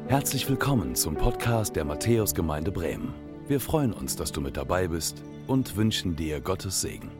Herzlich willkommen zum Podcast der Matthäusgemeinde Bremen. Wir freuen uns, dass du mit dabei bist und wünschen dir Gottes Segen.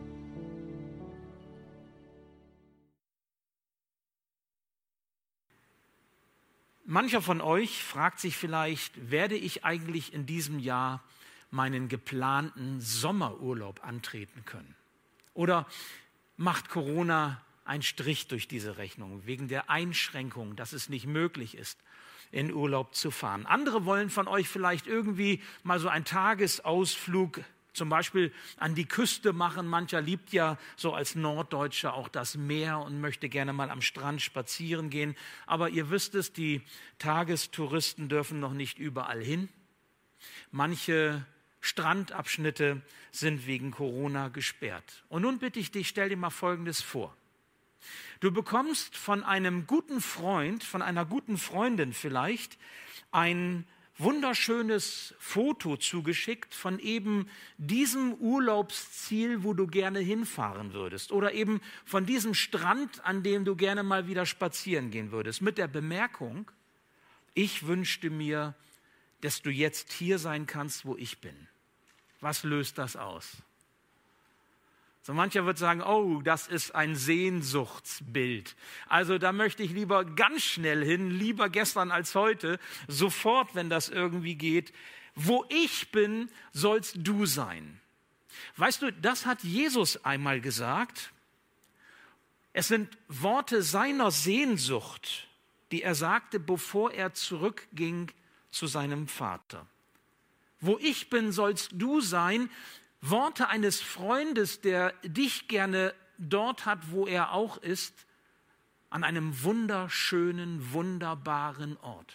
Mancher von euch fragt sich vielleicht, werde ich eigentlich in diesem Jahr meinen geplanten Sommerurlaub antreten können? Oder macht Corona einen Strich durch diese Rechnung wegen der Einschränkung, dass es nicht möglich ist, in Urlaub zu fahren? Andere wollen von euch vielleicht irgendwie mal so einen Tagesausflug zum Beispiel an die Küste machen. Mancher liebt ja so als Norddeutscher auch das Meer und möchte gerne mal am Strand spazieren gehen. Aber ihr wisst es, die Tagestouristen dürfen noch nicht überall hin. Manche Strandabschnitte sind wegen Corona gesperrt. Und nun bitte ich dich, stell dir mal Folgendes vor. Du bekommst von einem guten Freund, von einer guten Freundin vielleicht, ein wunderschönes Foto zugeschickt von eben diesem Urlaubsziel, wo du gerne hinfahren würdest. Oder eben von diesem Strand, an dem du gerne mal wieder spazieren gehen würdest. Mit der Bemerkung, ich wünschte mir, dass du jetzt hier sein kannst, wo ich bin. Was löst das aus? So mancher wird sagen, oh, das ist ein Sehnsuchtsbild. Also da möchte ich lieber ganz schnell hin, lieber gestern als heute, sofort, wenn das irgendwie geht. Wo ich bin, sollst du sein. Weißt du, das hat Jesus einmal gesagt. Es sind Worte seiner Sehnsucht, die er sagte, bevor er zurückging zu seinem Vater. Wo ich bin, sollst du sein. Worte eines Freundes, der dich gerne dort hat, wo er auch ist, an einem wunderschönen, wunderbaren Ort.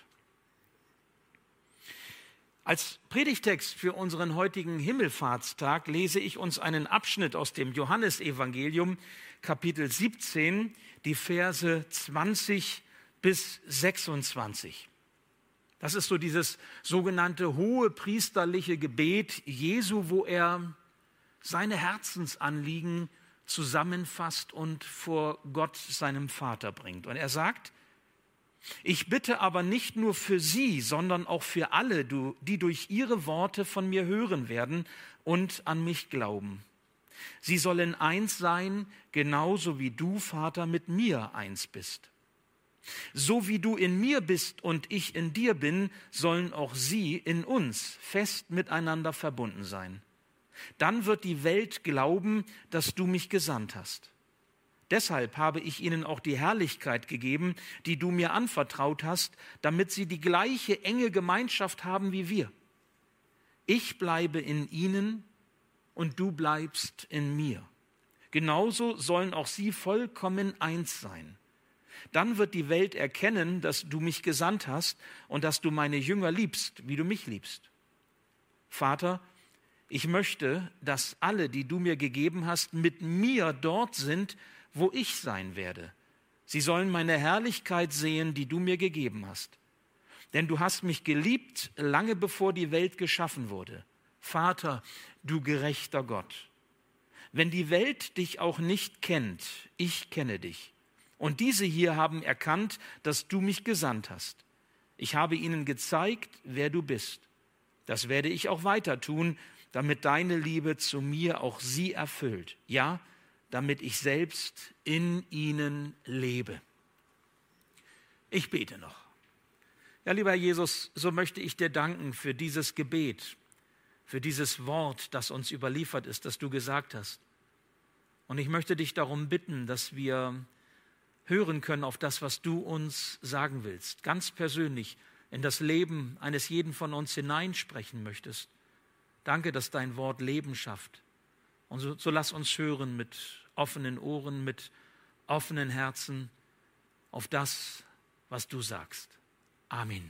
Als Predigtext für unseren heutigen Himmelfahrtstag lese ich uns einen Abschnitt aus dem Johannesevangelium, Kapitel 17, die Verse 20 bis 26. Das ist so dieses sogenannte hohepriesterliche Gebet Jesu, wo er seine Herzensanliegen zusammenfasst und vor Gott, seinem Vater, bringt. Und er sagt, ich bitte aber nicht nur für sie, sondern auch für alle, die durch ihre Worte von mir hören werden und an mich glauben. Sie sollen eins sein, genauso wie du, Vater, mit mir eins bist. So wie du in mir bist und ich in dir bin, sollen auch sie in uns fest miteinander verbunden sein. Dann wird die Welt glauben, dass du mich gesandt hast. Deshalb habe ich ihnen auch die Herrlichkeit gegeben, die du mir anvertraut hast, damit sie die gleiche enge Gemeinschaft haben wie wir. Ich bleibe in ihnen und du bleibst in mir. Genauso sollen auch sie vollkommen eins sein. Dann wird die Welt erkennen, dass du mich gesandt hast und dass du meine Jünger liebst, wie du mich liebst. Vater, ich möchte, dass alle, die du mir gegeben hast, mit mir dort sind, wo ich sein werde. Sie sollen meine Herrlichkeit sehen, die du mir gegeben hast. Denn du hast mich geliebt, lange bevor die Welt geschaffen wurde. Vater, du gerechter Gott. Wenn die Welt dich auch nicht kennt, ich kenne dich. Und diese hier haben erkannt, dass du mich gesandt hast. Ich habe ihnen gezeigt, wer du bist. Das werde ich auch weiter tun, damit deine Liebe zu mir auch sie erfüllt. Ja, damit ich selbst in ihnen lebe. Ich bete noch. Ja, lieber Herr Jesus, so möchte ich dir danken für dieses Gebet, für dieses Wort, das uns überliefert ist, das du gesagt hast. Und ich möchte dich darum bitten, dass wir hören können auf das, was du uns sagen willst, ganz persönlich in das Leben eines jeden von uns hineinsprechen möchtest. Danke, dass dein Wort Leben schafft. Und so lass uns hören mit offenen Ohren, mit offenen Herzen auf das, was du sagst. Amen.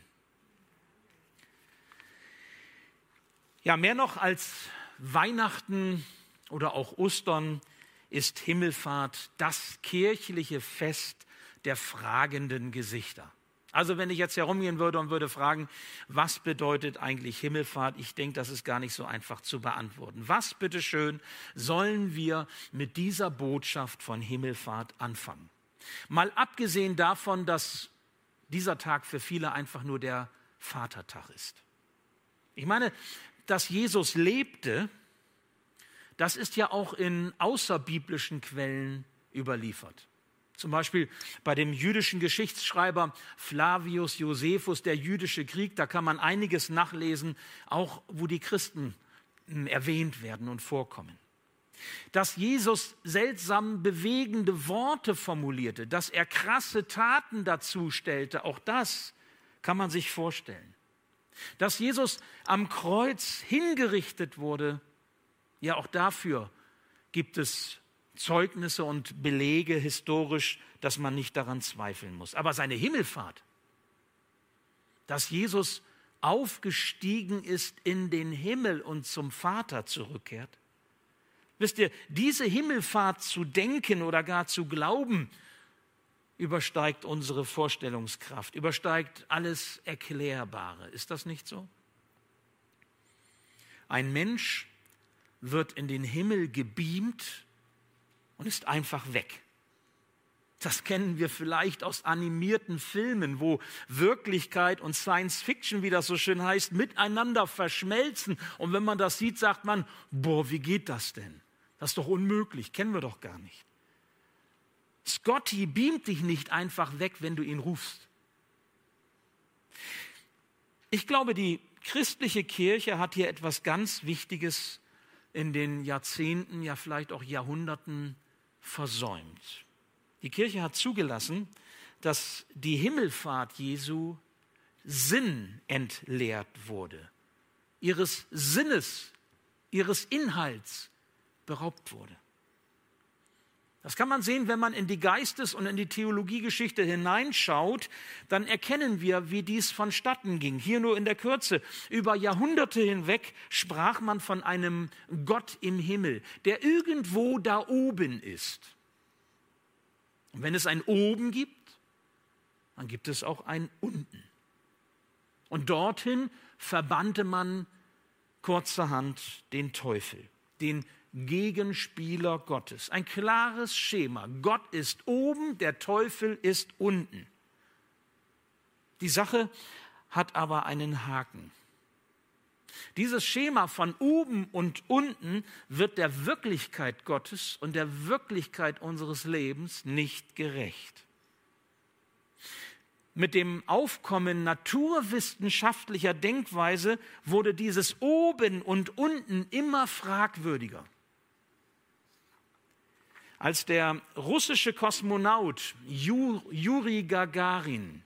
Ja, mehr noch als Weihnachten oder auch Ostern ist Himmelfahrt das kirchliche Fest der fragenden Gesichter. Also wenn ich jetzt herumgehen würde und würde fragen, was bedeutet eigentlich Himmelfahrt? Ich denke, das ist gar nicht so einfach zu beantworten. Was, bitteschön, sollen wir mit dieser Botschaft von Himmelfahrt anfangen? Mal abgesehen davon, dass dieser Tag für viele einfach nur der Vatertag ist. Ich meine, dass Jesus lebte, das ist ja auch in außerbiblischen Quellen überliefert. Zum Beispiel bei dem jüdischen Geschichtsschreiber Flavius Josephus, der jüdische Krieg, da kann man einiges nachlesen, auch wo die Christen erwähnt werden und vorkommen. Dass Jesus seltsam bewegende Worte formulierte, dass er krasse Taten dazu stellte, auch das kann man sich vorstellen. Dass Jesus am Kreuz hingerichtet wurde, ja auch dafür gibt es Zeugnisse und Belege historisch, dass man nicht daran zweifeln muss. Aber seine Himmelfahrt, dass Jesus aufgestiegen ist in den Himmel und zum Vater zurückkehrt, wisst ihr, diese Himmelfahrt zu denken oder gar zu glauben, übersteigt unsere Vorstellungskraft, übersteigt alles Erklärbare. Ist das nicht so? Ein Mensch wird in den Himmel gebeamt und ist einfach weg. Das kennen wir vielleicht aus animierten Filmen, wo Wirklichkeit und Science Fiction, wie das so schön heißt, miteinander verschmelzen. Und wenn man das sieht, sagt man, boah, wie geht das denn? Das ist doch unmöglich, kennen wir doch gar nicht. Scotty beamt dich nicht einfach weg, wenn du ihn rufst. Ich glaube, die christliche Kirche hat hier etwas ganz Wichtiges in den Jahrzehnten, ja vielleicht auch Jahrhunderten versäumt. Die Kirche hat zugelassen, dass die Himmelfahrt Jesu sinnentleert wurde, ihres Sinnes, ihres Inhalts beraubt wurde. Das kann man sehen, wenn man in die Geistes- und in die Theologiegeschichte hineinschaut, dann erkennen wir, wie dies vonstatten ging. Hier nur in der Kürze. Über Jahrhunderte hinweg sprach man von einem Gott im Himmel, der irgendwo da oben ist. Und wenn es ein Oben gibt, dann gibt es auch ein Unten. Und dorthin verbannte man kurzerhand den Teufel, den Gegenspieler Gottes. Ein klares Schema. Gott ist oben, der Teufel ist unten. Die Sache hat aber einen Haken. Dieses Schema von oben und unten wird der Wirklichkeit Gottes und der Wirklichkeit unseres Lebens nicht gerecht. Mit dem Aufkommen naturwissenschaftlicher Denkweise wurde dieses Oben und Unten immer fragwürdiger. Als der russische Kosmonaut Juri Gagarin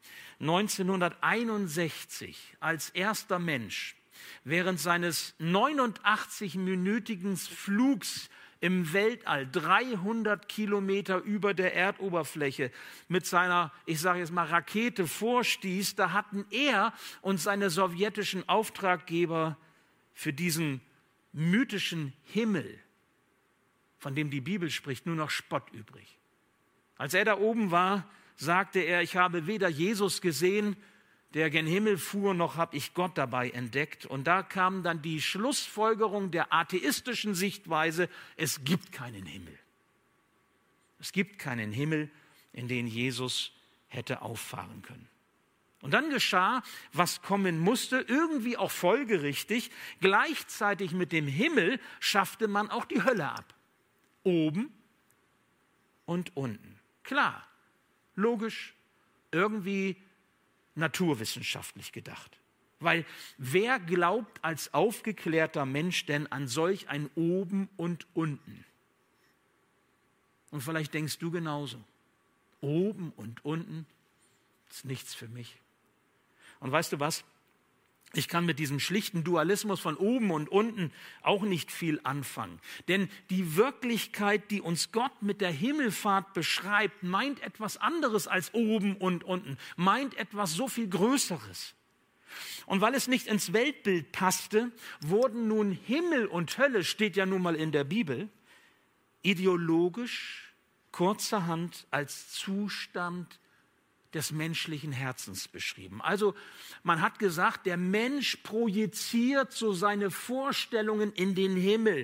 1961 als erster Mensch während seines 89-minütigen Flugs im Weltall 300 Kilometer über der Erdoberfläche mit seiner, ich sage jetzt mal, Rakete vorstieß, da hatten er und seine sowjetischen Auftraggeber für diesen mythischen Himmel, von dem die Bibel spricht, nur noch Spott übrig. Als er da oben war, sagte er, ich habe weder Jesus gesehen, der gen Himmel fuhr, noch habe ich Gott dabei entdeckt. Und da kam dann die Schlussfolgerung der atheistischen Sichtweise, es gibt keinen Himmel. Es gibt keinen Himmel, in den Jesus hätte auffahren können. Und dann geschah, was kommen musste, irgendwie auch folgerichtig. Gleichzeitig mit dem Himmel schaffte man auch die Hölle ab. Oben und unten. Klar, logisch, irgendwie naturwissenschaftlich gedacht. Weil wer glaubt als aufgeklärter Mensch denn an solch ein Oben und Unten? Und vielleicht denkst du genauso. Oben und unten ist nichts für mich. Und weißt du was? Ich kann mit diesem schlichten Dualismus von oben und unten auch nicht viel anfangen. Denn die Wirklichkeit, die uns Gott mit der Himmelfahrt beschreibt, meint etwas anderes als oben und unten, meint etwas so viel Größeres. Und weil es nicht ins Weltbild passte, wurden nun Himmel und Hölle, steht ja nun mal in der Bibel, ideologisch kurzerhand als Zustand des menschlichen Herzens beschrieben. Also man hat gesagt, der Mensch projiziert so seine Vorstellungen in den Himmel.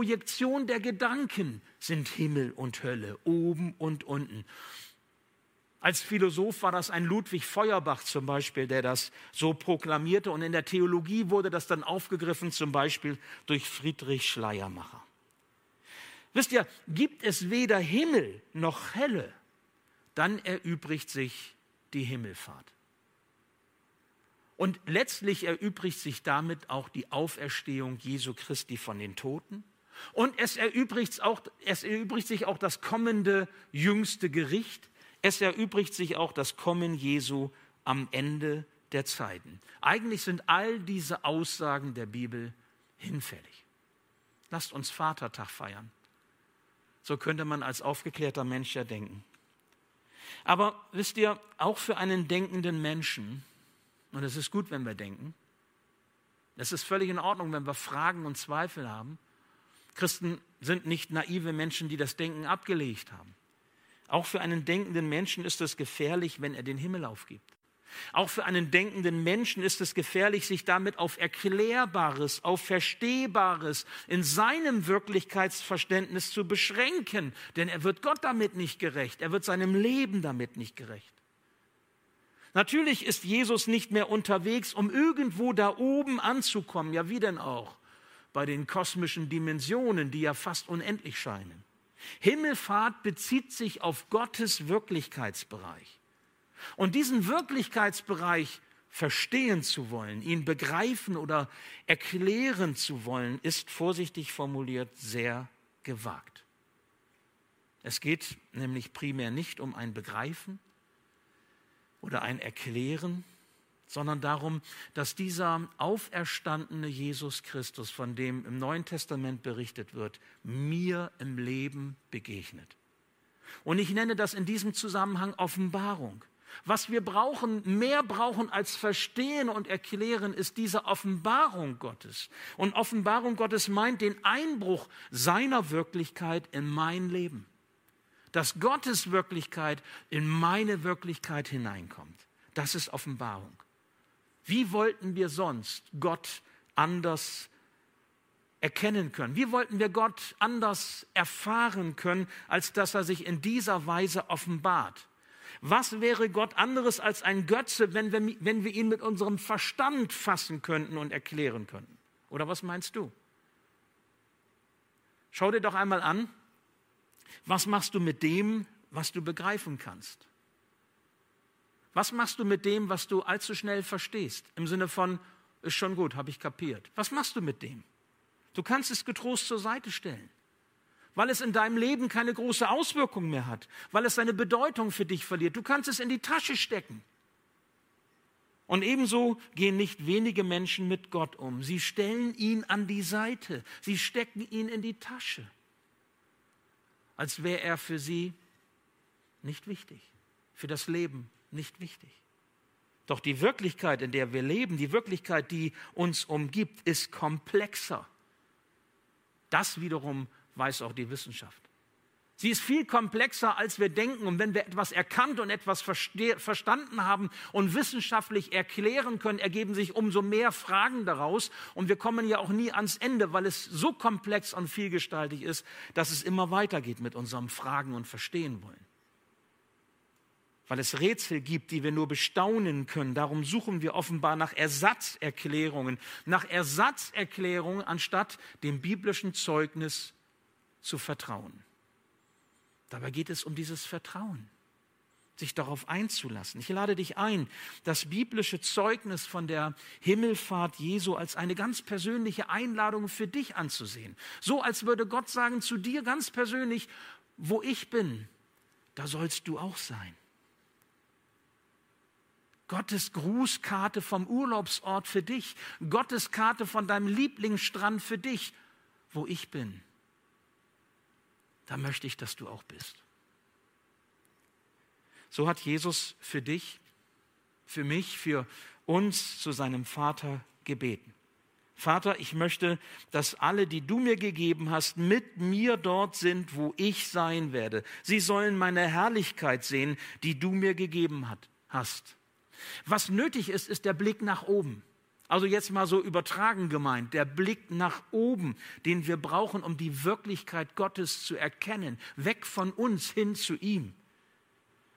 Projektion der Gedanken sind Himmel und Hölle, oben und unten. Als Philosoph war das ein Ludwig Feuerbach zum Beispiel, der das so proklamierte. Und in der Theologie wurde das dann aufgegriffen, zum Beispiel durch Friedrich Schleiermacher. Wisst ihr, gibt es weder Himmel noch Hölle, dann erübrigt sich die Himmelfahrt. Und letztlich erübrigt sich damit auch die Auferstehung Jesu Christi von den Toten. Und es erübrigt sich auch das kommende jüngste Gericht. Es erübrigt sich auch das Kommen Jesu am Ende der Zeiten. Eigentlich sind all diese Aussagen der Bibel hinfällig. Lasst uns Vatertag feiern. So könnte man als aufgeklärter Mensch ja denken. Aber wisst ihr, auch für einen denkenden Menschen, und es ist gut, wenn wir denken, es ist völlig in Ordnung, wenn wir Fragen und Zweifel haben. Christen sind nicht naive Menschen, die das Denken abgelegt haben. Auch für einen denkenden Menschen ist es gefährlich, wenn er den Himmel aufgibt. Auch für einen denkenden Menschen ist es gefährlich, sich damit auf Erklärbares, auf Verstehbares in seinem Wirklichkeitsverständnis zu beschränken. Denn er wird Gott damit nicht gerecht. Er wird seinem Leben damit nicht gerecht. Natürlich ist Jesus nicht mehr unterwegs, um irgendwo da oben anzukommen. Ja, wie denn auch? Bei den kosmischen Dimensionen, die ja fast unendlich scheinen. Himmelfahrt bezieht sich auf Gottes Wirklichkeitsbereich. Und diesen Wirklichkeitsbereich verstehen zu wollen, ihn begreifen oder erklären zu wollen, ist vorsichtig formuliert sehr gewagt. Es geht nämlich primär nicht um ein Begreifen oder ein Erklären, sondern darum, dass dieser auferstandene Jesus Christus, von dem im Neuen Testament berichtet wird, mir im Leben begegnet. Und ich nenne das in diesem Zusammenhang Offenbarung. Was wir mehr brauchen als Verstehen und Erklären, ist diese Offenbarung Gottes. Und Offenbarung Gottes meint den Einbruch seiner Wirklichkeit in mein Leben. Dass Gottes Wirklichkeit in meine Wirklichkeit hineinkommt. Das ist Offenbarung. Wie wollten wir sonst Gott anders erkennen können? Wie wollten wir Gott anders erfahren können, als dass er sich in dieser Weise offenbart? Was wäre Gott anderes als ein Götze, wenn wir ihn mit unserem Verstand fassen könnten und erklären könnten? Oder was meinst du? Schau dir doch einmal an, was machst du mit dem, was du begreifen kannst? Was machst du mit dem, was du allzu schnell verstehst? Im Sinne von, ist schon gut, habe ich kapiert. Was machst du mit dem? Du kannst es getrost zur Seite stellen, weil es in deinem Leben keine große Auswirkung mehr hat, weil es seine Bedeutung für dich verliert. Du kannst es in die Tasche stecken. Und ebenso gehen nicht wenige Menschen mit Gott um. Sie stellen ihn an die Seite. Sie stecken ihn in die Tasche, als wäre er für sie nicht wichtig, für das Leben nicht wichtig. Doch die Wirklichkeit, in der wir leben, die Wirklichkeit, die uns umgibt, ist komplexer. Das wiederum weiß auch die Wissenschaft. Sie ist viel komplexer, als wir denken. Und wenn wir etwas erkannt und etwas verstanden haben und wissenschaftlich erklären können, ergeben sich umso mehr Fragen daraus. Und wir kommen ja auch nie ans Ende, weil es so komplex und vielgestaltig ist, dass es immer weitergeht mit unserem Fragen und Verstehen wollen. Weil es Rätsel gibt, die wir nur bestaunen können. Darum suchen wir offenbar nach Ersatzerklärungen, anstatt dem biblischen Zeugnis zu vertrauen. Dabei geht es um dieses Vertrauen, sich darauf einzulassen. Ich lade dich ein, das biblische Zeugnis von der Himmelfahrt Jesu als eine ganz persönliche Einladung für dich anzusehen. So als würde Gott sagen zu dir ganz persönlich, wo ich bin, da sollst du auch sein. Gottes Grußkarte vom Urlaubsort für dich, Gottes Karte von deinem Lieblingsstrand für dich, wo ich bin. Da möchte ich, dass du auch bist. So hat Jesus für dich, für mich, für uns zu seinem Vater gebeten. Vater, ich möchte, dass alle, die du mir gegeben hast, mit mir dort sind, wo ich sein werde. Sie sollen meine Herrlichkeit sehen, die du mir gegeben hast. Was nötig ist, ist der Blick nach oben. Also jetzt mal so übertragen gemeint, der Blick nach oben, den wir brauchen, um die Wirklichkeit Gottes zu erkennen, weg von uns hin zu ihm.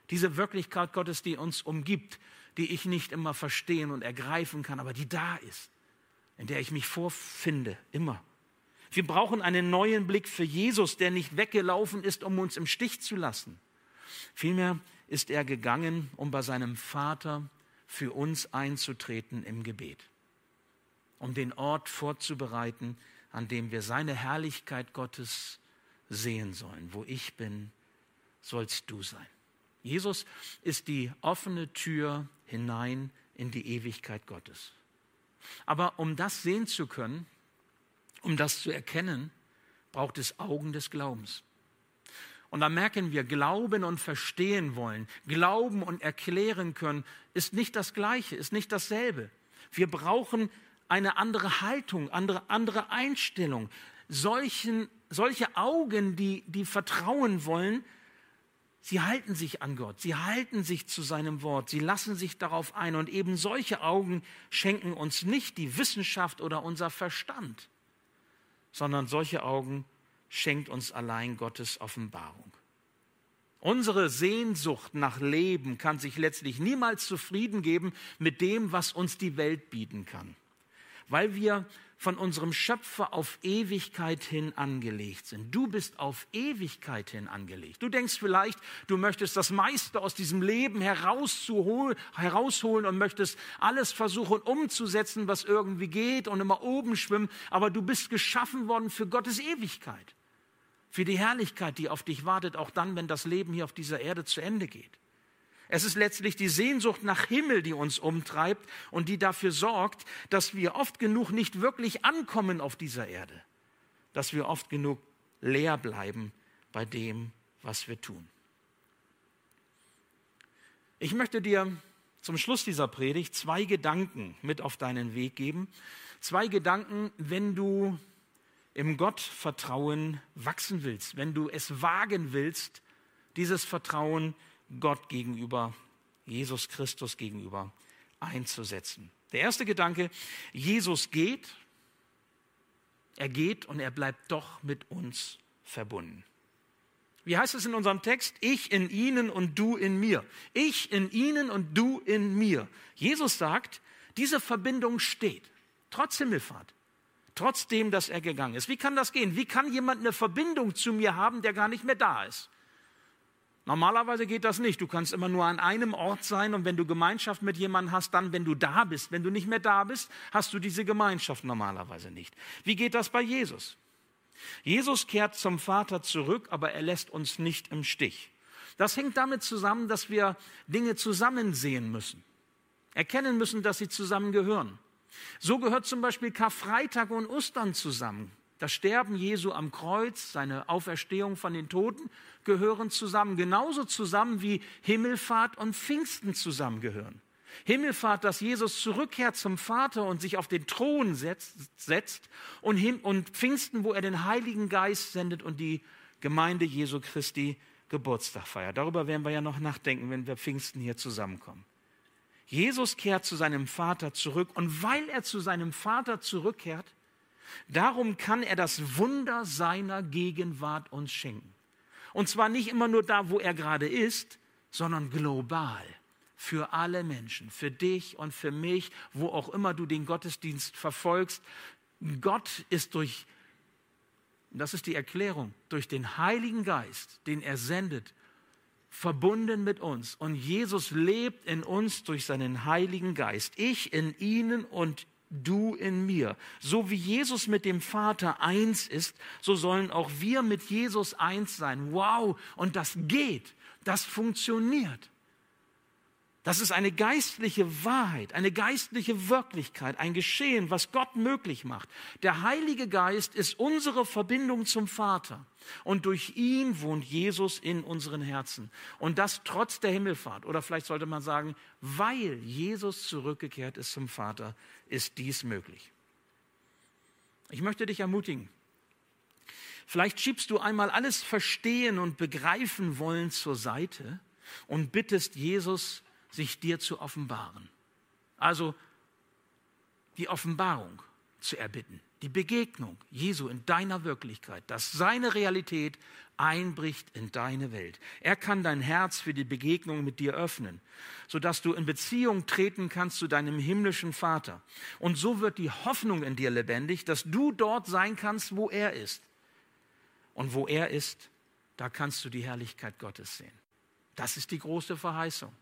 Diese Wirklichkeit Gottes, die uns umgibt, die ich nicht immer verstehen und ergreifen kann, aber die da ist, in der ich mich vorfinde, immer. Wir brauchen einen neuen Blick für Jesus, der nicht weggelaufen ist, um uns im Stich zu lassen. Vielmehr ist er gegangen, um bei seinem Vater für uns einzutreten im Gebet, um den Ort vorzubereiten, an dem wir seine Herrlichkeit Gottes sehen sollen. Wo ich bin, sollst du sein. Jesus ist die offene Tür hinein in die Ewigkeit Gottes. Aber um das sehen zu können, um das zu erkennen, braucht es Augen des Glaubens. Und da merken wir, glauben und verstehen wollen, glauben und erklären können, ist nicht das Gleiche, ist nicht dasselbe. Wir brauchen eine andere Haltung, andere Einstellung. Solche Augen, die vertrauen wollen, sie halten sich an Gott, sie halten sich zu seinem Wort, sie lassen sich darauf ein. Und eben solche Augen schenken uns nicht die Wissenschaft oder unser Verstand, sondern solche Augen schenkt uns allein Gottes Offenbarung. Unsere Sehnsucht nach Leben kann sich letztlich niemals zufrieden geben mit dem, was uns die Welt bieten kann, weil wir von unserem Schöpfer auf Ewigkeit hin angelegt sind. Du bist auf Ewigkeit hin angelegt. Du denkst vielleicht, du möchtest das meiste aus diesem Leben herausholen und möchtest alles versuchen umzusetzen, was irgendwie geht und immer oben schwimmen. Aber du bist geschaffen worden für Gottes Ewigkeit, für die Herrlichkeit, die auf dich wartet, auch dann, wenn das Leben hier auf dieser Erde zu Ende geht. Es ist letztlich die Sehnsucht nach Himmel, die uns umtreibt und die dafür sorgt, dass wir oft genug nicht wirklich ankommen auf dieser Erde, dass wir oft genug leer bleiben bei dem, was wir tun. Ich möchte dir zum Schluss dieser Predigt 2 Gedanken mit auf deinen Weg geben. 2 Gedanken, wenn du im Gottvertrauen wachsen willst, wenn du es wagen willst, dieses Vertrauen Gott gegenüber, Jesus Christus gegenüber einzusetzen. Der erste Gedanke, Jesus geht, er geht und er bleibt doch mit uns verbunden. Wie heißt es in unserem Text? Ich in ihnen und du in mir. Ich in ihnen und du in mir. Jesus sagt, diese Verbindung steht, trotz Himmelfahrt, trotzdem, dass er gegangen ist. Wie kann das gehen? Wie kann jemand eine Verbindung zu mir haben, der gar nicht mehr da ist? Normalerweise geht das nicht. Du kannst immer nur an einem Ort sein und wenn du Gemeinschaft mit jemandem hast, dann, wenn du da bist. Wenn du nicht mehr da bist, hast du diese Gemeinschaft normalerweise nicht. Wie geht das bei Jesus? Jesus kehrt zum Vater zurück, aber er lässt uns nicht im Stich. Das hängt damit zusammen, dass wir Dinge zusammen sehen müssen. Erkennen müssen, dass sie zusammengehören. So gehört zum Beispiel Karfreitag und Ostern zusammen. Das Sterben Jesu am Kreuz, seine Auferstehung von den Toten gehören zusammen. Genauso zusammen wie Himmelfahrt und Pfingsten zusammengehören. Himmelfahrt, dass Jesus zurückkehrt zum Vater und sich auf den Thron setzt und Pfingsten, wo er den Heiligen Geist sendet und die Gemeinde Jesu Christi Geburtstag feiert. Darüber werden wir ja noch nachdenken, wenn wir Pfingsten hier zusammenkommen. Jesus kehrt zu seinem Vater zurück und weil er zu seinem Vater zurückkehrt, darum kann er das Wunder seiner Gegenwart uns schenken. Und zwar nicht immer nur da, wo er gerade ist, sondern global. Für alle Menschen, für dich und für mich, wo auch immer du den Gottesdienst verfolgst. Gott ist das ist die Erklärung, durch den Heiligen Geist, den er sendet, verbunden mit uns. Und Jesus lebt in uns durch seinen Heiligen Geist. Ich in ihnen und du in mir. So wie Jesus mit dem Vater eins ist, so sollen auch wir mit Jesus eins sein. Wow, und das geht, das funktioniert. Das ist eine geistliche Wahrheit, eine geistliche Wirklichkeit, ein Geschehen, was Gott möglich macht. Der Heilige Geist ist unsere Verbindung zum Vater und durch ihn wohnt Jesus in unseren Herzen. Und das trotz der Himmelfahrt oder vielleicht sollte man sagen, weil Jesus zurückgekehrt ist zum Vater, ist dies möglich. Ich möchte dich ermutigen. Vielleicht schiebst du einmal alles Verstehen und Begreifen wollen zur Seite und bittest Jesus, sich dir zu offenbaren. Also die Offenbarung zu erbitten. die Begegnung Jesu in deiner Wirklichkeit, dass seine Realität einbricht in deine Welt. Er kann dein Herz für die Begegnung mit dir öffnen, sodass du in Beziehung treten kannst zu deinem himmlischen Vater. Und so wird die Hoffnung in dir lebendig, dass du dort sein kannst, wo er ist. Und wo er ist, da kannst du die Herrlichkeit Gottes sehen. Das ist die große Verheißung.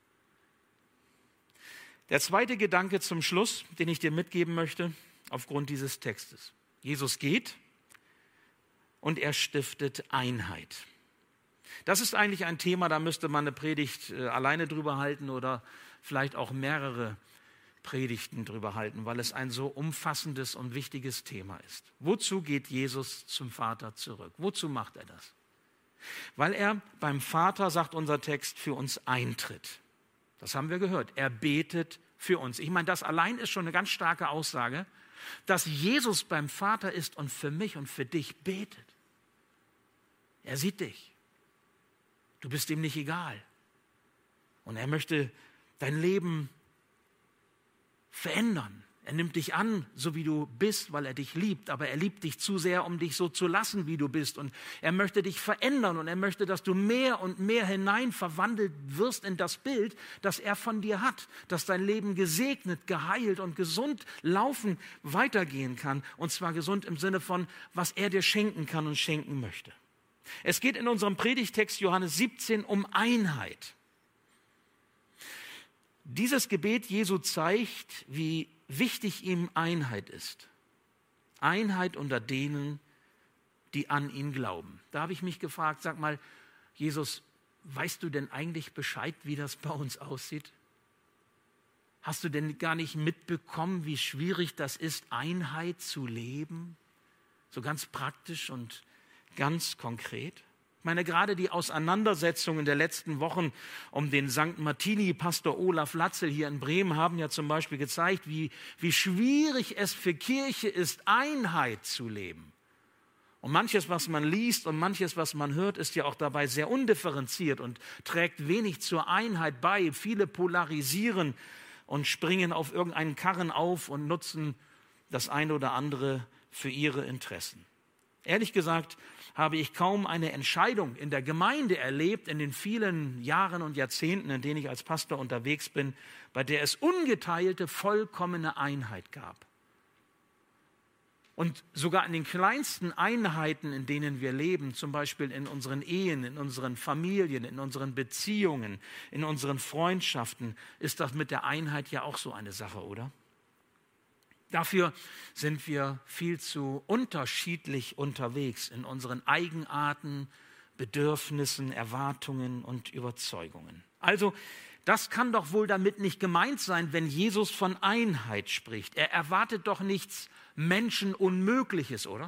Der zweite Gedanke zum Schluss, den ich dir mitgeben möchte, aufgrund dieses Textes. Jesus geht und er stiftet Einheit. Das ist eigentlich ein Thema, da müsste man eine Predigt alleine drüber halten oder vielleicht auch mehrere Predigten drüber halten, weil es ein so umfassendes und wichtiges Thema ist. Wozu geht Jesus zum Vater zurück? Wozu macht er das? Weil er beim Vater, sagt unser Text, für uns eintritt. Das haben wir gehört. Er betet für uns. Ich meine, das allein ist schon eine ganz starke Aussage, dass Jesus beim Vater ist und für mich und für dich betet. Er sieht dich. Du bist ihm nicht egal. Und er möchte dein Leben verändern. Er nimmt dich an, so wie du bist, weil er dich liebt. Aber er liebt dich zu sehr, um dich so zu lassen, wie du bist. Und er möchte dich verändern. Und er möchte, dass du mehr und mehr hinein verwandelt wirst in das Bild, das er von dir hat. Dass dein Leben gesegnet, geheilt und gesund laufen, weitergehen kann. Und zwar gesund im Sinne von, was er dir schenken kann und schenken möchte. Es geht in unserem Predigtext Johannes 17 um Einheit. Dieses Gebet Jesu zeigt, wie wichtig ihm Einheit ist. Einheit unter denen, die an ihn glauben. Da habe ich mich gefragt, sag mal, Jesus, weißt du denn eigentlich Bescheid, wie das bei uns aussieht? Hast du denn gar nicht mitbekommen, wie schwierig das ist, Einheit zu leben? So ganz praktisch und ganz konkret. Ich meine, gerade die Auseinandersetzungen der letzten Wochen um den St. Martini, Pastor Olaf Latzel hier in Bremen, haben ja zum Beispiel gezeigt, wie schwierig es für Kirche ist, Einheit zu leben. Und manches, was man liest und manches, was man hört, ist ja auch dabei sehr undifferenziert und trägt wenig zur Einheit bei. Viele polarisieren und springen auf irgendeinen Karren auf und nutzen das eine oder andere für ihre Interessen. Ehrlich gesagt habe ich kaum eine Entscheidung in der Gemeinde erlebt, in den vielen Jahren und Jahrzehnten, in denen ich als Pastor unterwegs bin, bei der es ungeteilte, vollkommene Einheit gab. Und sogar in den kleinsten Einheiten, in denen wir leben, zum Beispiel in unseren Ehen, in unseren Familien, in unseren Beziehungen, in unseren Freundschaften, ist das mit der Einheit ja auch so eine Sache, oder? Dafür sind wir viel zu unterschiedlich unterwegs in unseren Eigenarten, Bedürfnissen, Erwartungen und Überzeugungen. Also, das kann doch wohl damit nicht gemeint sein, wenn Jesus von Einheit spricht. Er erwartet doch nichts Menschenunmögliches, oder?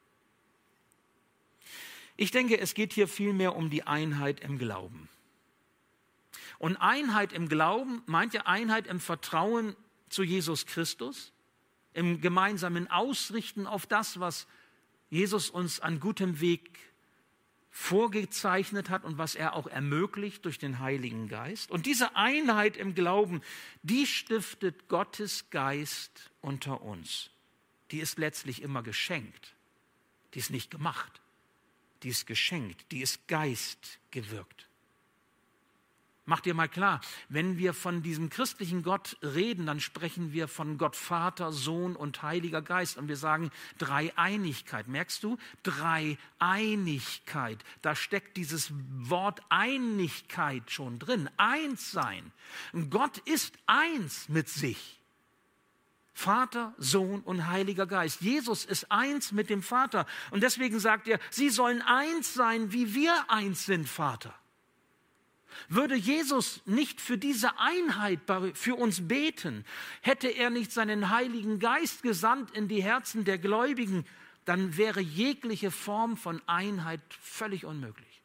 Ich denke, es geht hier vielmehr um die Einheit im Glauben. Und Einheit im Glauben meint ja Einheit im Vertrauen zu Jesus Christus, im gemeinsamen Ausrichten auf das, was Jesus uns an gutem Weg vorgezeichnet hat und was er auch ermöglicht durch den Heiligen Geist. Und diese Einheit im Glauben, die stiftet Gottes Geist unter uns. Die ist letztlich immer geschenkt. Die ist nicht gemacht. Die ist geschenkt. Die ist Geist gewirkt. Mach dir mal klar, wenn wir von diesem christlichen Gott reden, dann sprechen wir von Gott Vater, Sohn und Heiliger Geist. Und wir sagen Dreieinigkeit. Merkst du? Dreieinigkeit. Da steckt dieses Wort Einigkeit schon drin. Eins sein. Gott ist eins mit sich. Vater, Sohn und Heiliger Geist. Jesus ist eins mit dem Vater. Und deswegen sagt er, sie sollen eins sein, wie wir eins sind, Vater. Würde Jesus nicht für diese Einheit für uns beten, hätte er nicht seinen Heiligen Geist gesandt in die Herzen der Gläubigen, dann wäre jegliche Form von Einheit völlig unmöglich.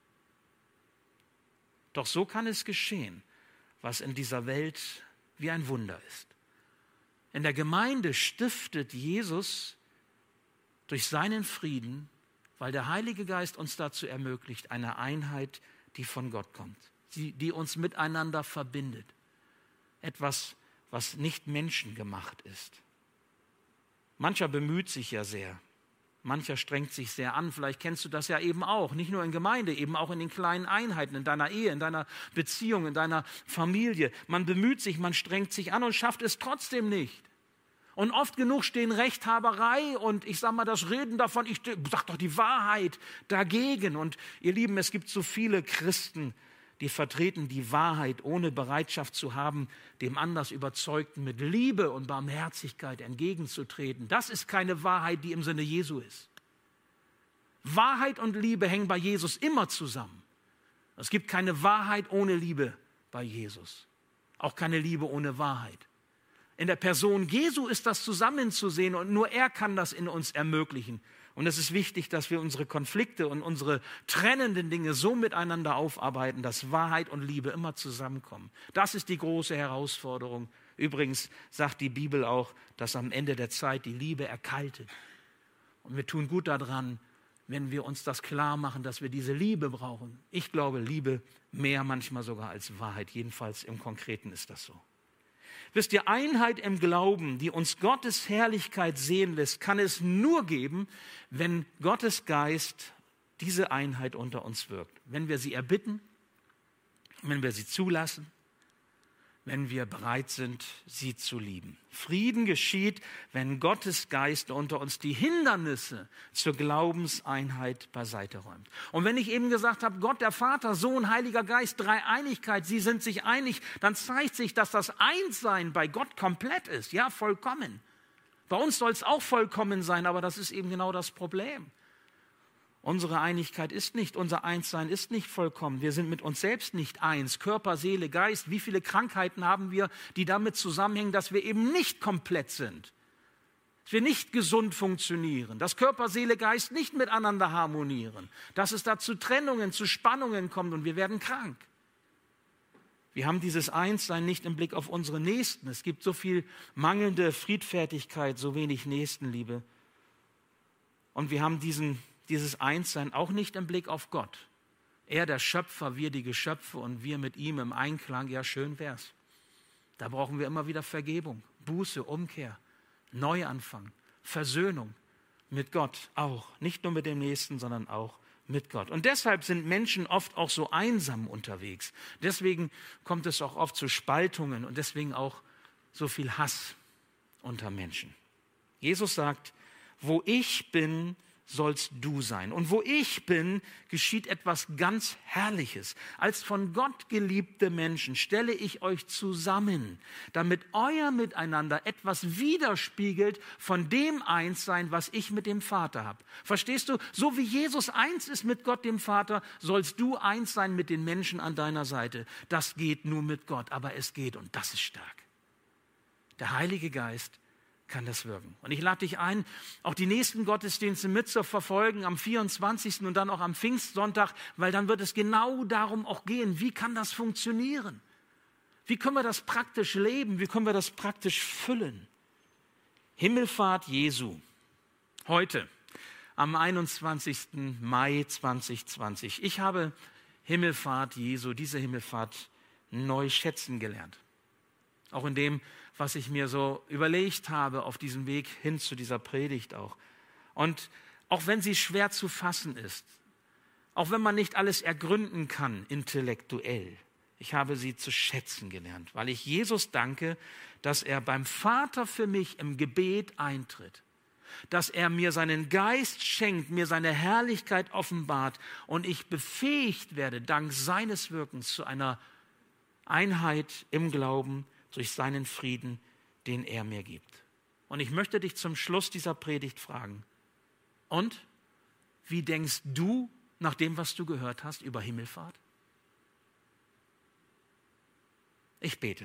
Doch so kann es geschehen, was in dieser Welt wie ein Wunder ist. In der Gemeinde stiftet Jesus durch seinen Frieden, weil der Heilige Geist uns dazu ermöglicht, eine Einheit, die von Gott kommt, die uns miteinander verbindet. Etwas, was nicht menschengemacht ist. Mancher bemüht sich ja sehr. Mancher strengt sich sehr an. Vielleicht kennst du das ja eben auch. Nicht nur in Gemeinde, eben auch in den kleinen Einheiten, in deiner Ehe, in deiner Beziehung, in deiner Familie. Man bemüht sich, man strengt sich an und schafft es trotzdem nicht. Und oft genug stehen Rechthaberei und ich sage mal das Reden davon, ich sage doch die Wahrheit dagegen. Und ihr Lieben, es gibt so viele Christen, die vertreten die Wahrheit, ohne Bereitschaft zu haben, dem anders Überzeugten mit Liebe und Barmherzigkeit entgegenzutreten. Das ist keine Wahrheit, die im Sinne Jesu ist. Wahrheit und Liebe hängen bei Jesus immer zusammen. Es gibt keine Wahrheit ohne Liebe bei Jesus. Auch keine Liebe ohne Wahrheit. In der Person Jesu ist das zusammenzusehen und nur er kann das in uns ermöglichen. Und es ist wichtig, dass wir unsere Konflikte und unsere trennenden Dinge so miteinander aufarbeiten, dass Wahrheit und Liebe immer zusammenkommen. Das ist die große Herausforderung. Übrigens sagt die Bibel auch, dass am Ende der Zeit die Liebe erkaltet. Und wir tun gut daran, wenn wir uns das klar machen, dass wir diese Liebe brauchen. Ich glaube, Liebe mehr manchmal sogar als Wahrheit. Jedenfalls im Konkreten ist das so. Wisst ihr, Einheit im Glauben, die uns Gottes Herrlichkeit sehen lässt, kann es nur geben, wenn Gottes Geist diese Einheit unter uns wirkt. Wenn wir sie erbitten, wenn wir sie zulassen, wenn wir bereit sind, sie zu lieben. Frieden geschieht, wenn Gottes Geist unter uns die Hindernisse zur Glaubenseinheit beiseite räumt. Und wenn ich eben gesagt habe, Gott, der Vater, Sohn, Heiliger Geist, Dreieinigkeit, sie sind sich einig, dann zeigt sich, dass das Einssein bei Gott komplett ist, ja, vollkommen. Bei uns soll es auch vollkommen sein, aber das ist eben genau das Problem. Unsere Einigkeit ist nicht, unser Einssein ist nicht vollkommen. Wir sind mit uns selbst nicht eins. Körper, Seele, Geist. Wie viele Krankheiten haben wir, die damit zusammenhängen, dass wir eben nicht komplett sind? Dass wir nicht gesund funktionieren. Dass Körper, Seele, Geist nicht miteinander harmonieren. Dass es da zu Trennungen, zu Spannungen kommt und wir werden krank. Wir haben dieses Einssein nicht im Blick auf unsere Nächsten. Es gibt so viel mangelnde Friedfertigkeit, so wenig Nächstenliebe. Und wir haben dieses Einssein auch nicht im Blick auf Gott. Er der Schöpfer, wir die Geschöpfe und wir mit ihm im Einklang, ja schön wär's. Da brauchen wir immer wieder Vergebung, Buße, Umkehr, Neuanfang, Versöhnung mit Gott auch. Nicht nur mit dem Nächsten, sondern auch mit Gott. Und deshalb sind Menschen oft auch so einsam unterwegs. Deswegen kommt es auch oft zu Spaltungen und deswegen auch so viel Hass unter Menschen. Jesus sagt, wo ich bin, sollst du sein. Und wo ich bin, geschieht etwas ganz Herrliches. Als von Gott geliebte Menschen stelle ich euch zusammen, damit euer Miteinander etwas widerspiegelt von dem Einssein, was ich mit dem Vater habe. Verstehst du? So wie Jesus eins ist mit Gott, dem Vater, sollst du eins sein mit den Menschen an deiner Seite. Das geht nur mit Gott, aber es geht und das ist stark. Der Heilige Geist kann das wirken. Und ich lade dich ein, auch die nächsten Gottesdienste mitzuverfolgen am 24. und dann auch am Pfingstsonntag, weil dann wird es genau darum auch gehen, wie kann das funktionieren? Wie können wir das praktisch leben? Wie können wir das praktisch füllen? Himmelfahrt Jesu. Heute, am 21. Mai 2020. Ich habe Himmelfahrt Jesu, diese Himmelfahrt neu schätzen gelernt. Auch in dem, was ich mir so überlegt habe auf diesem Weg hin zu dieser Predigt auch. Und auch wenn sie schwer zu fassen ist, auch wenn man nicht alles ergründen kann intellektuell, ich habe sie zu schätzen gelernt, weil ich Jesus danke, dass er beim Vater für mich im Gebet eintritt, dass er mir seinen Geist schenkt, mir seine Herrlichkeit offenbart und ich befähigt werde, dank seines Wirkens zu einer Einheit im Glauben, durch seinen Frieden, den er mir gibt. Und ich möchte dich zum Schluss dieser Predigt fragen, und wie denkst du nach dem, was du gehört hast, über Himmelfahrt? Ich bete.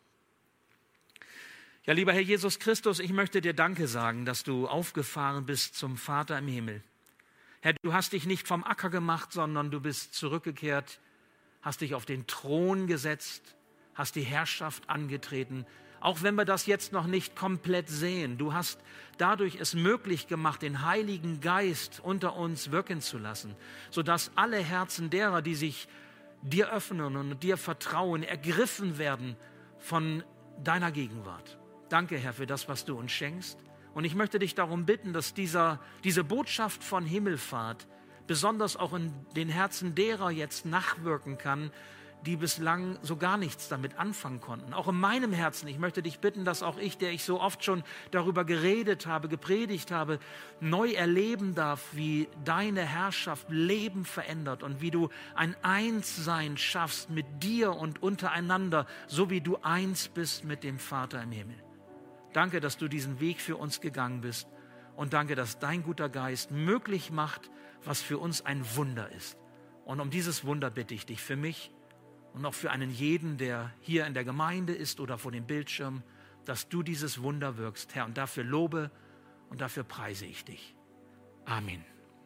Ja, lieber Herr Jesus Christus, ich möchte dir Danke sagen, dass du aufgefahren bist zum Vater im Himmel. Herr, du hast dich nicht vom Acker gemacht, sondern du bist zurückgekehrt, hast dich auf den Thron gesetzt, hast die Herrschaft angetreten, auch wenn wir das jetzt noch nicht komplett sehen. Du hast dadurch es möglich gemacht, den Heiligen Geist unter uns wirken zu lassen, sodass alle Herzen derer, die sich dir öffnen und dir vertrauen, ergriffen werden von deiner Gegenwart. Danke, Herr, für das, was du uns schenkst. Und ich möchte dich darum bitten, dass diese Botschaft von Himmelfahrt besonders auch in den Herzen derer jetzt nachwirken kann, die bislang so gar nichts damit anfangen konnten. Auch in meinem Herzen. Ich möchte dich bitten, dass auch ich, der ich so oft schon darüber geredet habe, gepredigt habe, neu erleben darf, wie deine Herrschaft Leben verändert und wie du ein Einssein schaffst mit dir und untereinander, so wie du eins bist mit dem Vater im Himmel. Danke, dass du diesen Weg für uns gegangen bist und danke, dass dein guter Geist möglich macht, was für uns ein Wunder ist. Und um dieses Wunder bitte ich dich für mich und auch für einen jeden, der hier in der Gemeinde ist oder vor dem Bildschirm, dass du dieses Wunder wirkst, Herr. Und dafür lobe und dafür preise ich dich. Amen.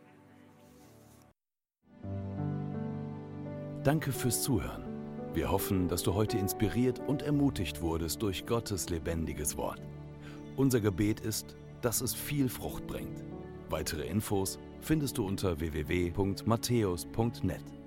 Danke fürs Zuhören. Wir hoffen, dass du heute inspiriert und ermutigt wurdest durch Gottes lebendiges Wort. Unser Gebet ist, dass es viel Frucht bringt. Weitere Infos findest du unter www.matthäus.net.